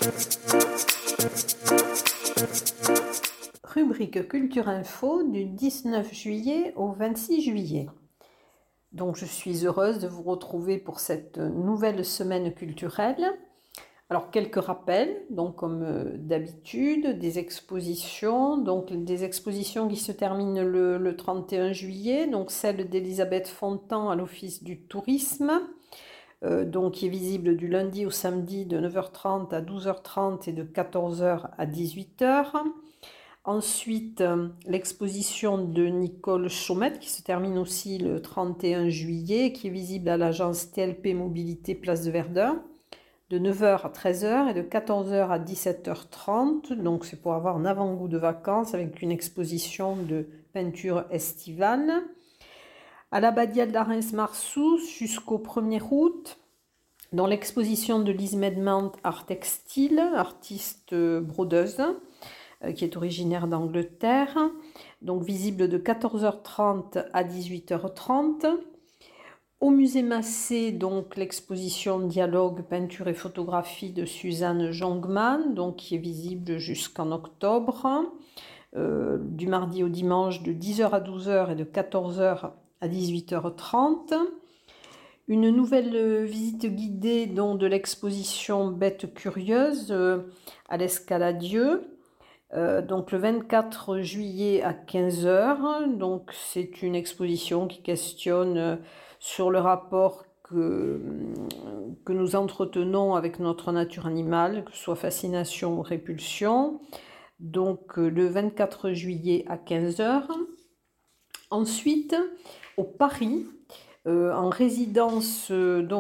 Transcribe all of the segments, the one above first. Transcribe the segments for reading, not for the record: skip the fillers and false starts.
Rubrique Culture Info du 19 juillet au 26 juillet. Donc je suis heureuse de vous retrouver pour cette nouvelle semaine culturelle. Alors quelques rappels, donc comme d'habitude, des expositions, qui se terminent le 31 juillet, donc celle d'Elisabeth Fontan à l'Office du tourisme, qui est visible du lundi au samedi de 9h30 à 12h30 et de 14h à 18h. Ensuite, l'exposition de Nicole Chaumette qui se termine aussi le 31 juillet, qui est visible à l'agence TLP Mobilité Place de Verdun, de 9h à 13h et de 14h à 17h30. Donc c'est pour avoir un avant-goût de vacances avec une exposition de peinture estivale. À l'Abbadie d'Arens-Marsous jusqu'au 1er août, dans l'exposition de Lise Medmant Art Textile, artiste brodeuse, qui est originaire d'Angleterre, donc visible de 14h30 à 18h30. Au musée Massé, donc l'exposition Dialogue, peinture et photographie de Suzanne Jongman, donc qui est visible jusqu'en octobre, du mardi au dimanche de 10h à 12h et de 14h à 18h30. Une nouvelle visite guidée de l'exposition Bêtes curieuses à l'Escaladieu. Donc le 24 juillet à 15h, donc c'est une exposition qui questionne sur le rapport que nous entretenons avec notre nature animale, que ce soit fascination ou répulsion, donc le 24 juillet à 15h. Ensuite, au Paris, en résidence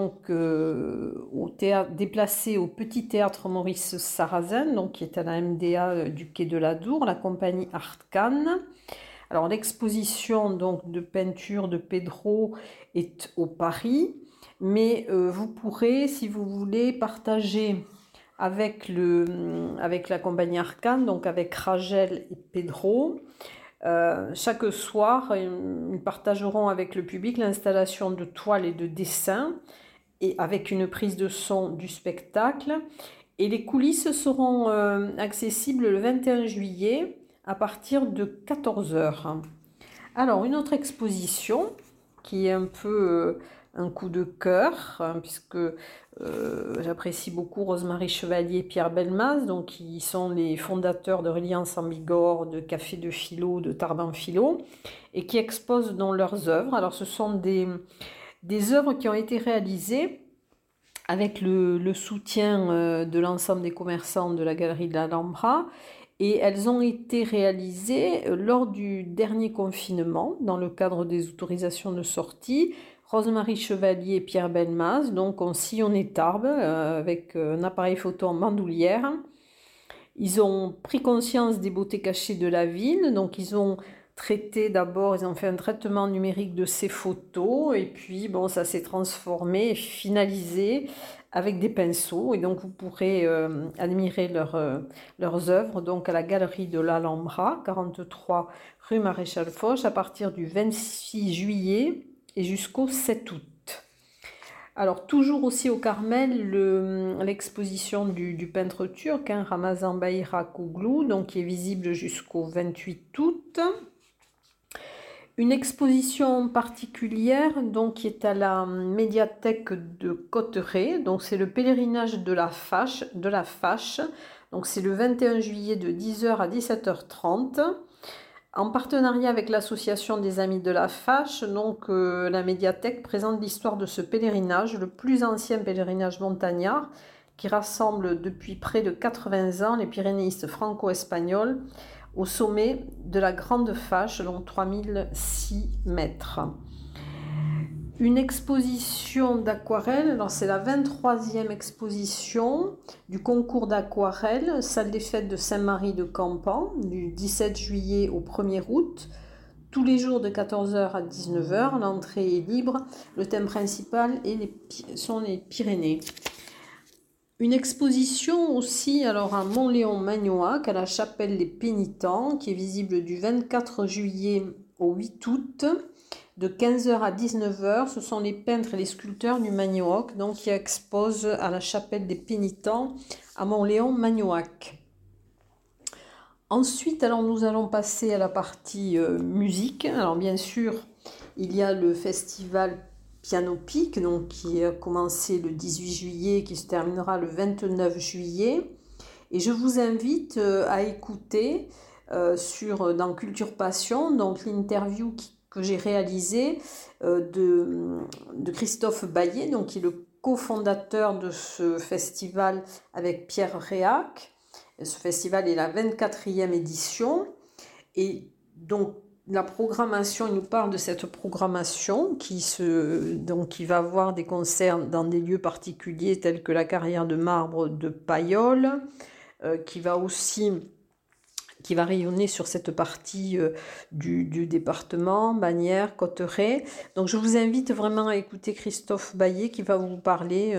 déplacée au Petit Théâtre Maurice Sarrazin, donc qui est à la MDA du Quai de la Dour, la compagnie Artcan. Alors l'exposition de peinture de Pedro est au Paris, mais vous pourrez, si vous voulez, partager avec la compagnie Artcan, donc avec Rachel et Pedro. Chaque soir, ils partageront avec le public l'installation de toiles et de dessins, et avec une prise de son du spectacle. Et les coulisses seront accessibles le 21 juillet à partir de 14h. Alors, une autre exposition qui est un peu un coup de cœur, puisque j'apprécie beaucoup Rosemary Chevalier et Pierre Belmaz, donc qui sont les fondateurs de Reliance en Bigorre, de Café de Philo, de Tarbes Philo, et qui exposent dans leurs œuvres. Alors ce sont des œuvres qui ont été réalisées avec le soutien de l'ensemble des commerçants de la galerie de l'Alhambra, et elles ont été réalisées lors du dernier confinement, dans le cadre des autorisations de sortie. Rosemary Chevalier et Pierre Belmaz ont sillonné Tarbes avec un appareil photo en bandoulière. Ils ont pris conscience des beautés cachées de la ville, donc ils ont ils ont fait un traitement numérique de ces photos, et puis ça s'est transformé et finalisé avec des pinceaux, et donc vous pourrez admirer leurs œuvres à la galerie de l'Alhambra, 43 rue Maréchal Foch, à partir du 26 juillet et jusqu'au 7 août. Alors toujours aussi au Carmel, l'exposition du peintre turc, Ramazan Bayrakoglu, qui est visible jusqu'au 28 août. Une exposition particulière qui est à la médiathèque de Cotteret, c'est le pèlerinage de la Fâche, donc c'est le 21 juillet de 10h à 17h30. En partenariat avec l'association des Amis de la Fâche, la médiathèque présente l'histoire de ce pèlerinage, le plus ancien pèlerinage montagnard, qui rassemble depuis près de 80 ans les pyrénéistes franco-espagnols au sommet de la Grande Fâche, 3006 mètres. Une exposition d'aquarelle, c'est la 23e exposition du concours d'aquarelle, salle des fêtes de Saint-Marie de Campan, du 17 juillet au 1er août, tous les jours de 14h à 19h, l'entrée est libre, le thème principal sont les Pyrénées. Une exposition aussi à Montléon-Magnoac, à la chapelle des Pénitents, qui est visible du 24 juillet au 8 août. de 15 h à 19 h. Ce sont les peintres et les sculpteurs du Magnoac, donc qui exposent à la chapelle des Pénitents à Montléon-Magnoac. Ensuite, alors nous allons passer à la partie musique. Alors bien sûr, il y a le festival Piano Pic, donc qui a commencé le 18 juillet, qui se terminera le 29 juillet. Et je vous invite à écouter dans Culture Passion, donc l'interview que j'ai réalisée de Christophe Baillet, donc qui est le cofondateur de ce festival avec Pierre Réac. Ce festival est la 24e édition. Et donc, la programmation, il nous parle de cette programmation qui va avoir des concerts dans des lieux particuliers tels que la carrière de marbre de Payolle, qui va rayonner sur cette partie du département, Bagnères, Cotteret. Donc je vous invite vraiment à écouter Christophe Baillet qui va vous parler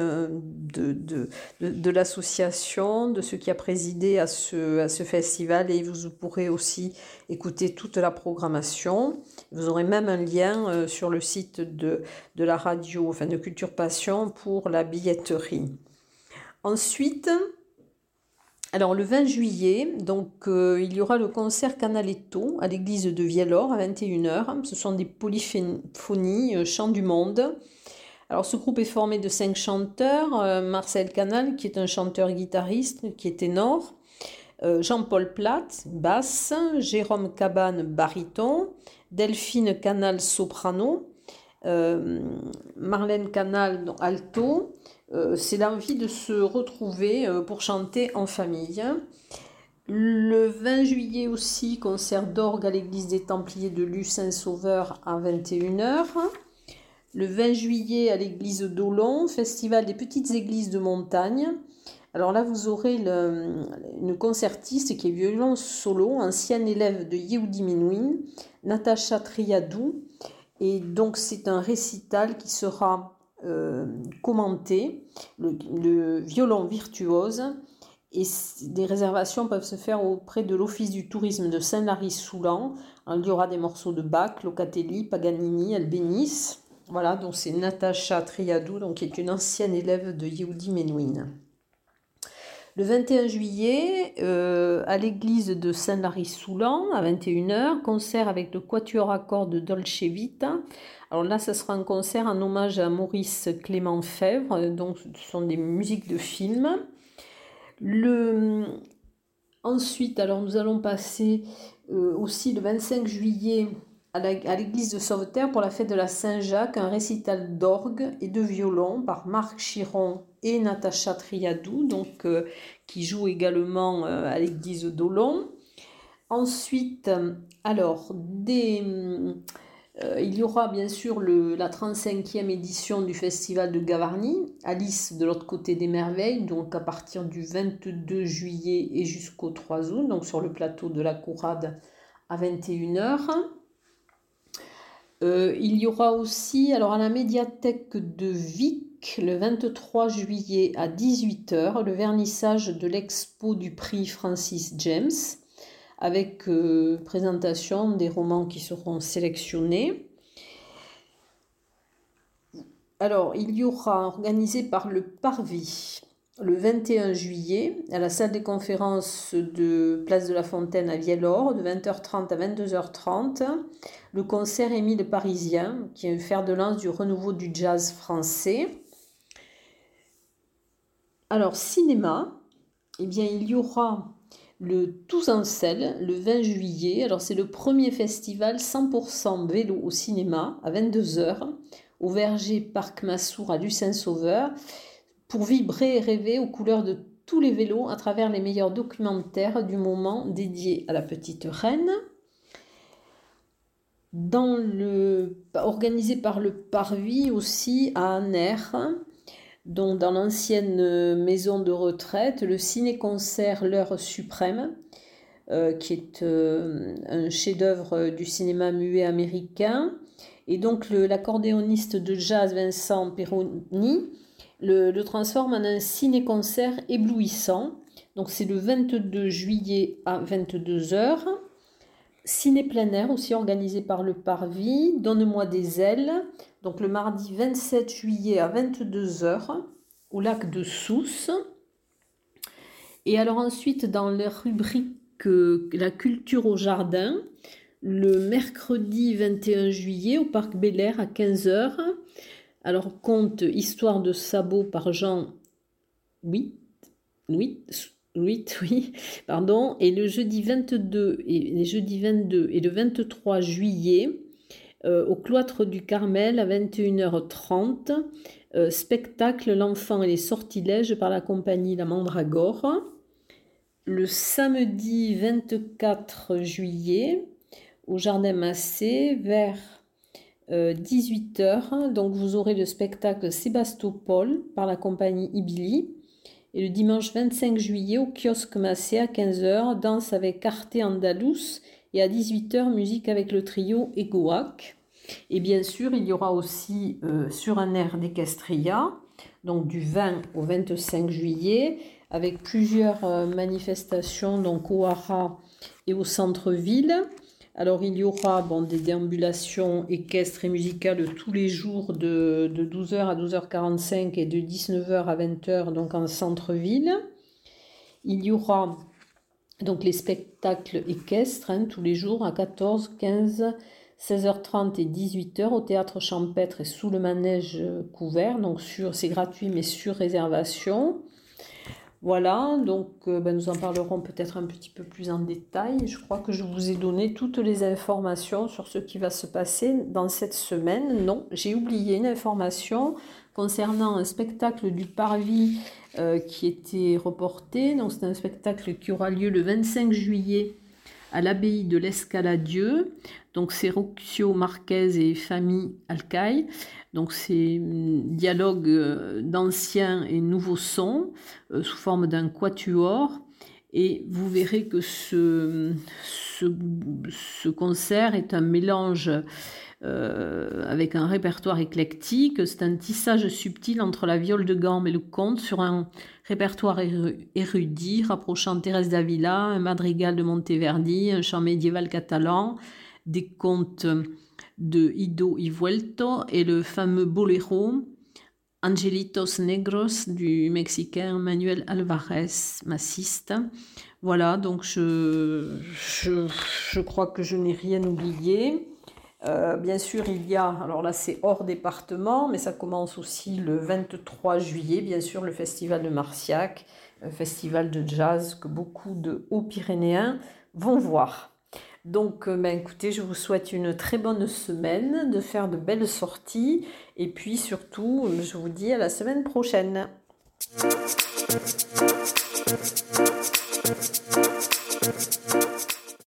de l'association, de ce qui a présidé à ce festival, et vous pourrez aussi écouter toute la programmation. Vous aurez même un lien sur le site de la radio, enfin de Culture Passion, pour la billetterie. Ensuite, alors le 20 juillet, donc, il y aura le concert Canaletto à l'église de Viellore à 21 h. Ce sont des polyphonies, chants du monde. Alors ce groupe est formé de 5 chanteurs. Marcel Canal, qui est un chanteur-guitariste, qui est ténor. Jean-Paul Platt, basse. Jérôme Cabane, baryton. Delphine Canal, soprano. Marlène Canal, alto. C'est l'envie de se retrouver pour chanter en famille. Le 20 juillet aussi, concert d'orgue à l'église des Templiers de Luz-Saint-Sauveur à 21 h. Le 20 juillet à l'église d'Olon, festival des petites églises de montagne. Alors là, vous aurez une concertiste qui est violon solo, ancienne élève de Yehudi Menuhin, Natacha Triadou. Et donc c'est un récital qui sera commenté, le violon virtuose, et des réservations peuvent se faire auprès de l'Office du tourisme de Saint-Lary-Soulan. Il y aura des morceaux de Bach, Locatelli, Paganini, Albéniz. Voilà, donc c'est Natacha Triadou, donc, qui est une ancienne élève de Yehudi Menuhin. Le 21 juillet, à l'église de Saint-Lary-Soulan, à 21 h, concert avec le quatuor à cordes de Dolce Vita. Alors là, ce sera un concert en hommage à Maurice Clément Fèvre, donc ce sont des musiques de films. Ensuite, alors nous allons passer aussi le 25 juillet à l'église de Sauveterre pour la fête de la Saint-Jacques, un récital d'orgue et de violon par Marc Chiron et Natacha Triadou, donc, qui joue également à l'église d'Olon. Ensuite, alors, il y aura bien sûr la 35e édition du festival de Gavarnie, Alice de l'autre côté des merveilles, donc à partir du 22 juillet et jusqu'au 3 août, donc sur le plateau de la Courade à 21 h. Il y aura aussi, alors à la médiathèque de Vic, le 23 juillet à 18 h, le vernissage de l'expo du prix Francis James, avec présentation des romans qui seront sélectionnés. Alors, il y aura, organisé par le Parvis, le 21 juillet, à la salle des conférences de Place de la Fontaine à Viellore, de 20h30 à 22h30, le concert Émile Parisien, qui est un fer de lance du renouveau du jazz français. Alors, cinéma, eh bien, il y aura le Tous en selle, le 20 juillet. Alors, c'est le premier festival 100% vélo au cinéma, à 22 h, au Verger Parc Massour à Luz-Saint-Sauveur, pour vibrer et rêver aux couleurs de tous les vélos à travers les meilleurs documentaires du moment dédiés à la petite reine. Organisé par le Parvis aussi à Aner, donc dans l'ancienne maison de retraite, le ciné-concert L'heure suprême, qui est un chef-d'œuvre du cinéma muet américain. Et donc l'accordéoniste de jazz Vincent Perroni le transforme en un ciné-concert éblouissant. Donc c'est le 22 juillet à 22 h. Ciné plein air aussi organisé par le Parvis, Donne-moi des ailes, donc le mardi 27 juillet à 22 heures au lac de Sousse. Et alors ensuite, dans les rubriques la culture au jardin, le mercredi 21 juillet au parc Bel Air à 15 heures. Alors, conte Histoire de Sabot par Jean oui, oui, oui, oui, pardon. Et le jeudi 22 et les jeudis 22 et le 23 juillet, au cloître du Carmel à 21h30, spectacle L'enfant et les sortilèges par la compagnie La Mandragore. Le samedi 24 juillet, au Jardin Massé, vers 18h, donc vous aurez le spectacle Sébastopol par la compagnie Ibili. Et le dimanche 25 juillet, au kiosque Massé à 15h, danse avec Arte Andalous. Et à 18h, musique avec le trio Egoac. Et bien sûr, il y aura aussi sur un air d'Equestria, donc du 20 au 25 juillet, avec plusieurs manifestations donc au Haras et au centre-ville. Alors il y aura des déambulations équestres et musicales tous les jours de 12h à 12h45 et de 19h à 20h donc en centre-ville. Il y aura donc les spectacles équestres tous les jours à 14, 15, 16h30 et 18h au théâtre champêtre et sous le manège couvert. Donc c'est gratuit mais sur réservation. Voilà, donc nous en parlerons peut-être un petit peu plus en détail. Je crois que je vous ai donné toutes les informations sur ce qui va se passer dans cette semaine. Non, j'ai oublié une information concernant un spectacle du Parvis qui était reporté. Donc c'est un spectacle qui aura lieu le 25 juillet à l'abbaye de l'Escaladieu. Donc c'est Roxio Marquez et Famille Alcaille. Donc c'est dialogue d'anciens et nouveaux sons sous forme d'un quatuor. Et vous verrez que ce concert est un mélange avec un répertoire éclectique. C'est un tissage subtil entre la viole de gamme et le conte sur un répertoire érudit rapprochant Thérèse d'Avila, un madrigal de Monteverdi, un chant médiéval catalan, des contes de Ido y Vuelto et le fameux boléro Angelitos Negros du Mexicain Manuel Alvarez, massiste. Voilà, donc je crois que je n'ai rien oublié. Bien sûr, il y a, alors là c'est hors département, mais ça commence aussi le 23 juillet, bien sûr, le festival de Marciac, un festival de jazz que beaucoup de Hauts-Pyrénéens vont voir. Donc, écoutez, je vous souhaite une très bonne semaine, de faire de belles sorties, et puis surtout, je vous dis à la semaine prochaine.